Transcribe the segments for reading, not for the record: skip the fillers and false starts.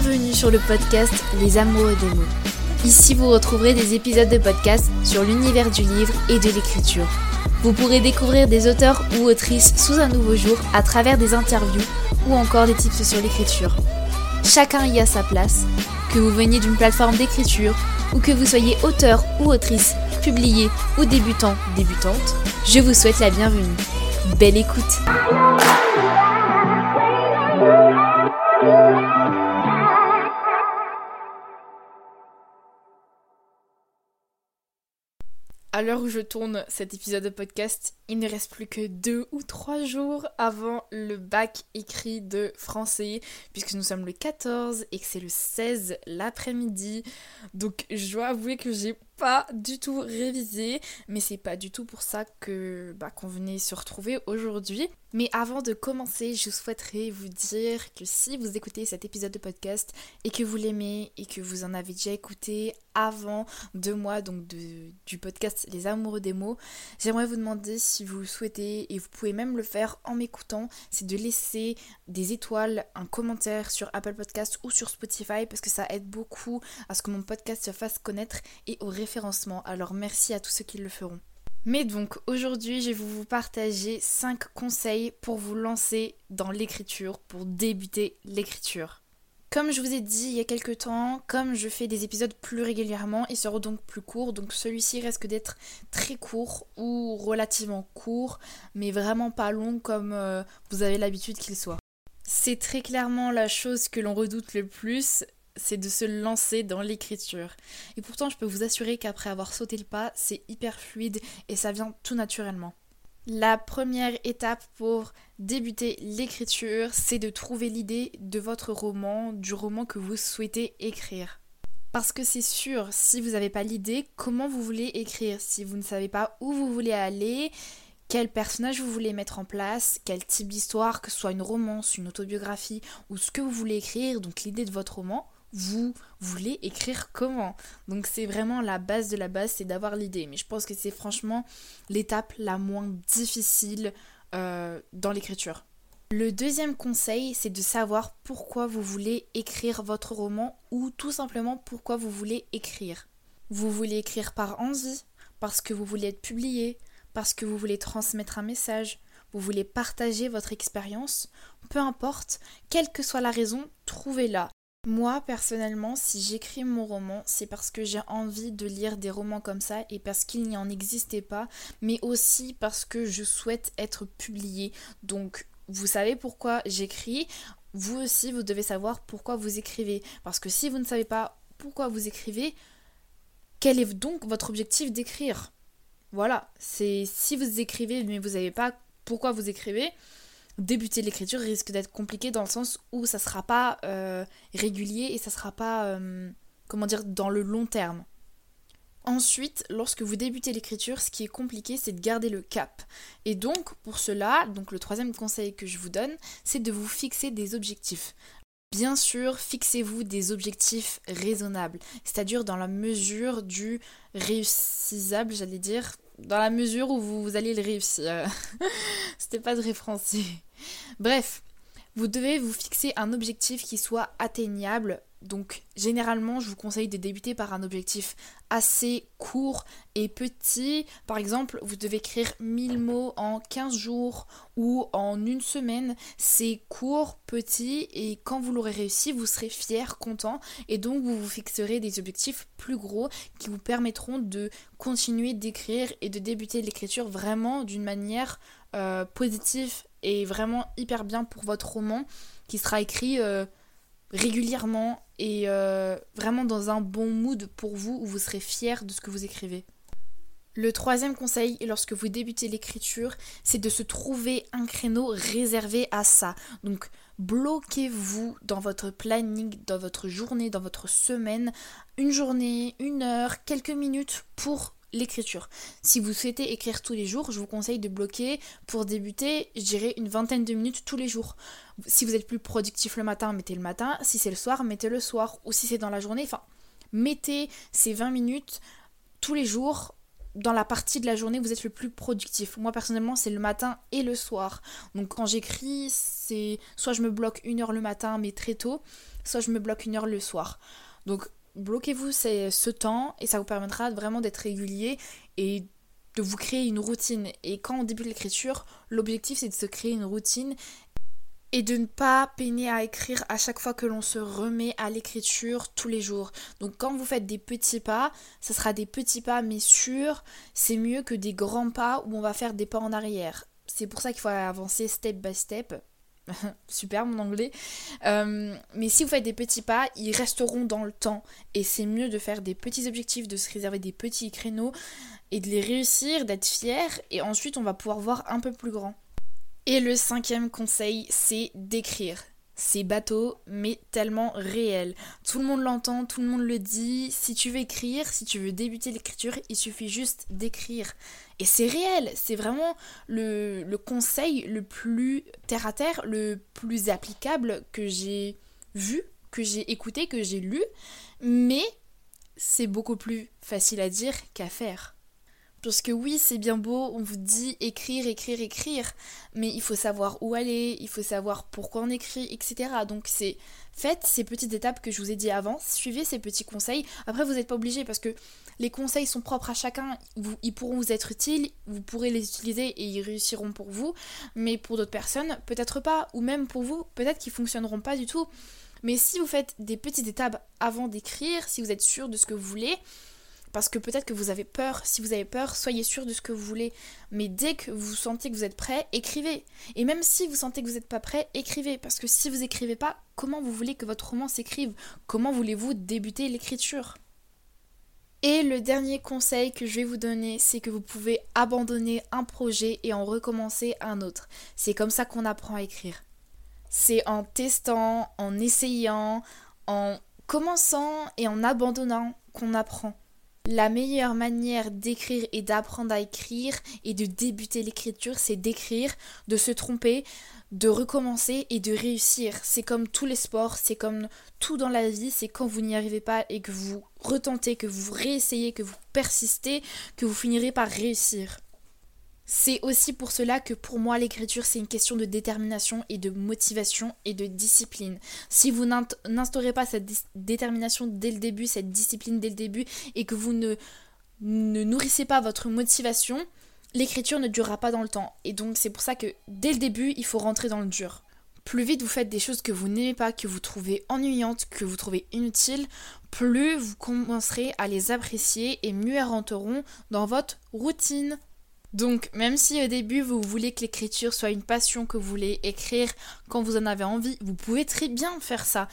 Bienvenue sur le podcast Les Amoureux des mots. Ici, vous retrouverez des épisodes de podcast sur l'univers du livre et de l'écriture. Vous pourrez découvrir des auteurs ou autrices sous un nouveau jour à travers des interviews ou encore des tips sur l'écriture. Chacun y a sa place, que vous veniez d'une plateforme d'écriture ou que vous soyez auteur ou autrice, publié ou débutant, débutante, je vous souhaite la bienvenue. Belle écoute! À l'heure où je tourne cet épisode de podcast, il ne reste plus que 2 ou 3 jours avant le bac écrit de français, puisque nous sommes le 14 et que c'est le 16 l'après-midi. Donc je dois avouer que j'ai pas du tout révisé, mais c'est pas du tout pour ça qu'on venait se retrouver aujourd'hui. Mais avant de commencer, je souhaiterais vous dire que si vous écoutez cet épisode de podcast et que vous l'aimez et que vous en avez déjà écouté avant 2 mois donc du podcast Les Amoureux des mots, j'aimerais vous demander si vous le souhaitez, et vous pouvez même le faire en m'écoutant, c'est de laisser des étoiles, un commentaire sur Apple Podcast ou sur Spotify, parce que ça aide beaucoup à ce que mon podcast se fasse connaître et au référencement. Alors merci à tous ceux qui le feront. Mais donc aujourd'hui je vais vous partager 5 conseils pour vous lancer dans l'écriture, pour débuter l'écriture. Comme je vous ai dit il y a quelques temps, comme je fais des épisodes plus régulièrement, ils seront donc plus courts, donc celui-ci risque d'être très court ou relativement court, mais vraiment pas long comme vous avez l'habitude qu'il soit. C'est très clairement la chose que l'on redoute le plus, c'est de se lancer dans l'écriture. Et pourtant, je peux vous assurer qu'après avoir sauté le pas, c'est hyper fluide et ça vient tout naturellement. La première étape pour débuter l'écriture, c'est de trouver l'idée de votre roman, du roman que vous souhaitez écrire. Parce que c'est sûr, si vous n'avez pas l'idée, comment vous voulez écrire? Si vous ne savez pas où vous voulez aller, quel personnage vous voulez mettre en place, quel type d'histoire, que ce soit une romance, une autobiographie ou ce que vous voulez écrire, donc l'idée de votre roman, vous voulez écrire comment? Donc c'est vraiment la base de la base, c'est d'avoir l'idée. Mais je pense que c'est franchement l'étape la moins difficile dans l'écriture. Le deuxième conseil, c'est de savoir pourquoi vous voulez écrire votre roman ou tout simplement pourquoi vous voulez écrire. Vous voulez écrire par envie, parce que vous voulez être publié, parce que vous voulez transmettre un message, vous voulez partager votre expérience, peu importe, quelle que soit la raison, trouvez-la. Moi, personnellement, si j'écris mon roman, c'est parce que j'ai envie de lire des romans comme ça et parce qu'il n'y en existait pas, mais aussi parce que je souhaite être publiée. Donc, vous savez pourquoi j'écris, vous aussi, vous devez savoir pourquoi vous écrivez. Parce que si vous ne savez pas pourquoi vous écrivez, quel est donc votre objectif d'écrire ? Voilà, c'est si vous écrivez mais vous ne savez pas pourquoi vous écrivez, débuter l'écriture risque d'être compliqué dans le sens où ça sera pas régulier et ça sera pas dans le long terme. Ensuite, lorsque vous débutez l'écriture, ce qui est compliqué, c'est de garder le cap. Et donc, pour cela, le troisième conseil que je vous donne, c'est de vous fixer des objectifs. Bien sûr, fixez-vous des objectifs raisonnables, c'est-à-dire dans la mesure du réussisable, dans la mesure où vous allez le réussir. C'était pas très français. Bref, vous devez vous fixer un objectif qui soit atteignable. Donc, généralement, je vous conseille de débuter par un objectif assez court et petit. Par exemple, vous devez écrire 1000 mots en 15 jours ou en une semaine. C'est court, petit, et quand vous l'aurez réussi, vous serez fier, content. Et donc, vous vous fixerez des objectifs plus gros qui vous permettront de continuer d'écrire et de débuter l'écriture vraiment d'une manière positive et vraiment hyper bien pour votre roman qui sera écrit régulièrement et vraiment dans un bon mood pour vous où vous serez fier de ce que vous écrivez. Le troisième conseil, lorsque vous débutez l'écriture, c'est de se trouver un créneau réservé à ça. Donc, bloquez-vous dans votre planning, dans votre journée, dans votre semaine, une journée, une heure, quelques minutes pour l'écriture. Si vous souhaitez écrire tous les jours, je vous conseille de bloquer pour débuter, je dirais une 20aine de minutes tous les jours. Si vous êtes plus productif le matin, mettez le matin. Si c'est le soir, mettez le soir. Ou si c'est dans la journée, mettez ces 20 minutes tous les jours dans la partie de la journée vous êtes le plus productif. Moi personnellement c'est le matin et le soir. Donc quand j'écris, c'est soit je me bloque 1 heure le matin mais très tôt, soit je me bloque 1 heure le soir. Donc bloquez-vous ce temps et ça vous permettra vraiment d'être régulier et de vous créer une routine. Et quand on débute l'écriture, l'objectif c'est de se créer une routine et de ne pas peiner à écrire à chaque fois que l'on se remet à l'écriture tous les jours. Donc quand vous faites des petits pas, ce sera des petits pas mais sûrs, c'est mieux que des grands pas où on va faire des pas en arrière. C'est pour ça qu'il faut avancer step by step. Super mon anglais. Mais si vous faites des petits pas, ils resteront dans le temps. Et c'est mieux de faire des petits objectifs, de se réserver des petits créneaux et de les réussir, d'être fier. Et ensuite on va pouvoir voir un peu plus grand. Et le 5e conseil, c'est d'écrire. C'est bateau, mais tellement réel. Tout le monde l'entend, tout le monde le dit. Si tu veux écrire, si tu veux débuter l'écriture, il suffit juste d'écrire. Et c'est réel, c'est vraiment le conseil le plus terre à terre, le plus applicable que j'ai vu, que j'ai écouté, que j'ai lu. Mais c'est beaucoup plus facile à dire qu'à faire. Parce que oui, c'est bien beau, on vous dit écrire, mais il faut savoir où aller, il faut savoir pourquoi on écrit, etc. Donc faites ces petites étapes que je vous ai dit avant, suivez ces petits conseils. Après, vous n'êtes pas obligés parce que les conseils sont propres à chacun, ils pourront vous être utiles, vous pourrez les utiliser et ils réussiront pour vous. Mais pour d'autres personnes, peut-être pas, ou même pour vous, peut-être qu'ils ne fonctionneront pas du tout. Mais si vous faites des petites étapes avant d'écrire, si vous êtes sûr de ce que vous voulez, parce que peut-être que vous avez peur, si vous avez peur, soyez sûr de ce que vous voulez. Mais dès que vous sentez que vous êtes prêt, écrivez. Et même si vous sentez que vous n'êtes pas prêt, écrivez. Parce que si vous écrivez pas, comment vous voulez que votre roman s'écrive ? Comment voulez-vous débuter l'écriture ? Et le dernier conseil que je vais vous donner, c'est que vous pouvez abandonner un projet et en recommencer un autre. C'est comme ça qu'on apprend à écrire. C'est en testant, en essayant, en commençant et en abandonnant qu'on apprend. La meilleure manière d'écrire et d'apprendre à écrire et de débuter l'écriture, c'est d'écrire, de se tromper, de recommencer et de réussir. C'est comme tous les sports, c'est comme tout dans la vie, c'est quand vous n'y arrivez pas et que vous retentez, que vous réessayez, que vous persistez, que vous finirez par réussir. C'est aussi pour cela que pour moi l'écriture c'est une question de détermination et de motivation et de discipline. Si vous n'instaurez pas cette détermination dès le début, cette discipline dès le début et que vous ne nourrissez pas votre motivation, l'écriture ne durera pas dans le temps. Et donc c'est pour ça que dès le début il faut rentrer dans le dur. Plus vite vous faites des choses que vous n'aimez pas, que vous trouvez ennuyantes, que vous trouvez inutiles, plus vous commencerez à les apprécier et mieux elles rentreront dans votre routine. Donc, même si au début vous voulez que l'écriture soit une passion, que vous voulez écrire quand vous en avez envie, vous pouvez très bien faire ça.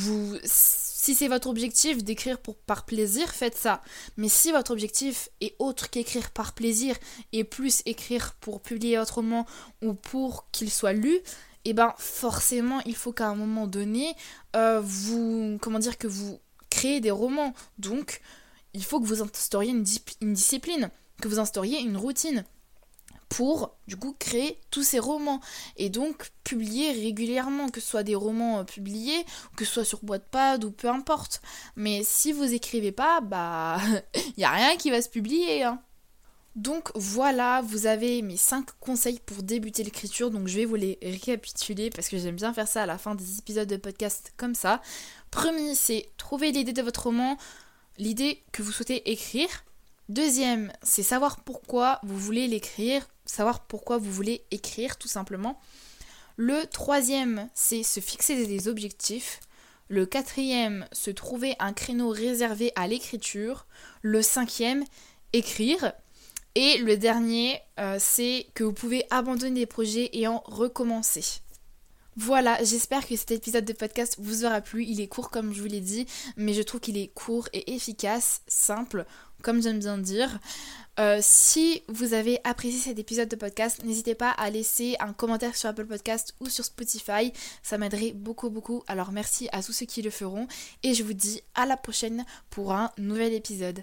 Si c'est votre objectif d'écrire par plaisir, faites ça. Mais si votre objectif est autre qu'écrire par plaisir et plus écrire pour publier votre roman ou pour qu'il soit lu, eh ben forcément il faut qu'à un moment donné, que vous créez des romans. Donc, il faut que vous instauriez une discipline, que vous instauriez une routine pour, du coup, créer tous ces romans. Et donc, publier régulièrement, que ce soit des romans publiés, que ce soit sur Wattpad ou peu importe. Mais si vous écrivez pas, il n'y a rien qui va se publier, hein. Donc voilà, vous avez mes 5 conseils pour débuter l'écriture, donc je vais vous les récapituler parce que j'aime bien faire ça à la fin des épisodes de podcast comme ça. Premier, c'est trouver l'idée de votre roman, l'idée que vous souhaitez écrire. Deuxième, c'est savoir pourquoi vous voulez l'écrire, savoir pourquoi vous voulez écrire tout simplement. Le troisième, c'est se fixer des objectifs. Le quatrième, se trouver un créneau réservé à l'écriture. Le cinquième, écrire. Et le dernier, c'est que vous pouvez abandonner des projets et en recommencer. Voilà, j'espère que cet épisode de podcast vous aura plu. Il est court comme je vous l'ai dit, mais je trouve qu'il est court et efficace, simple, comme j'aime bien dire. Si vous avez apprécié cet épisode de podcast, n'hésitez pas à laisser un commentaire sur Apple Podcast ou sur Spotify. Ça m'aiderait beaucoup, beaucoup. Alors merci à tous ceux qui le feront. Et je vous dis à la prochaine pour un nouvel épisode.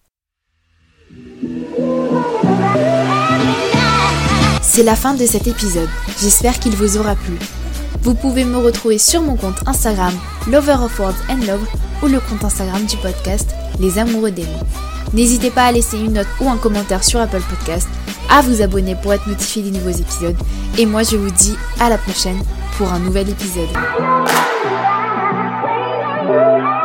C'est la fin de cet épisode. J'espère qu'il vous aura plu. Vous pouvez me retrouver sur mon compte Instagram Lover of Words and Love ou le compte Instagram du podcast Les Amoureux des mots. N'hésitez pas à laisser une note ou un commentaire sur Apple Podcast, à vous abonner pour être notifié des nouveaux épisodes. Et moi je vous dis à la prochaine pour un nouvel épisode.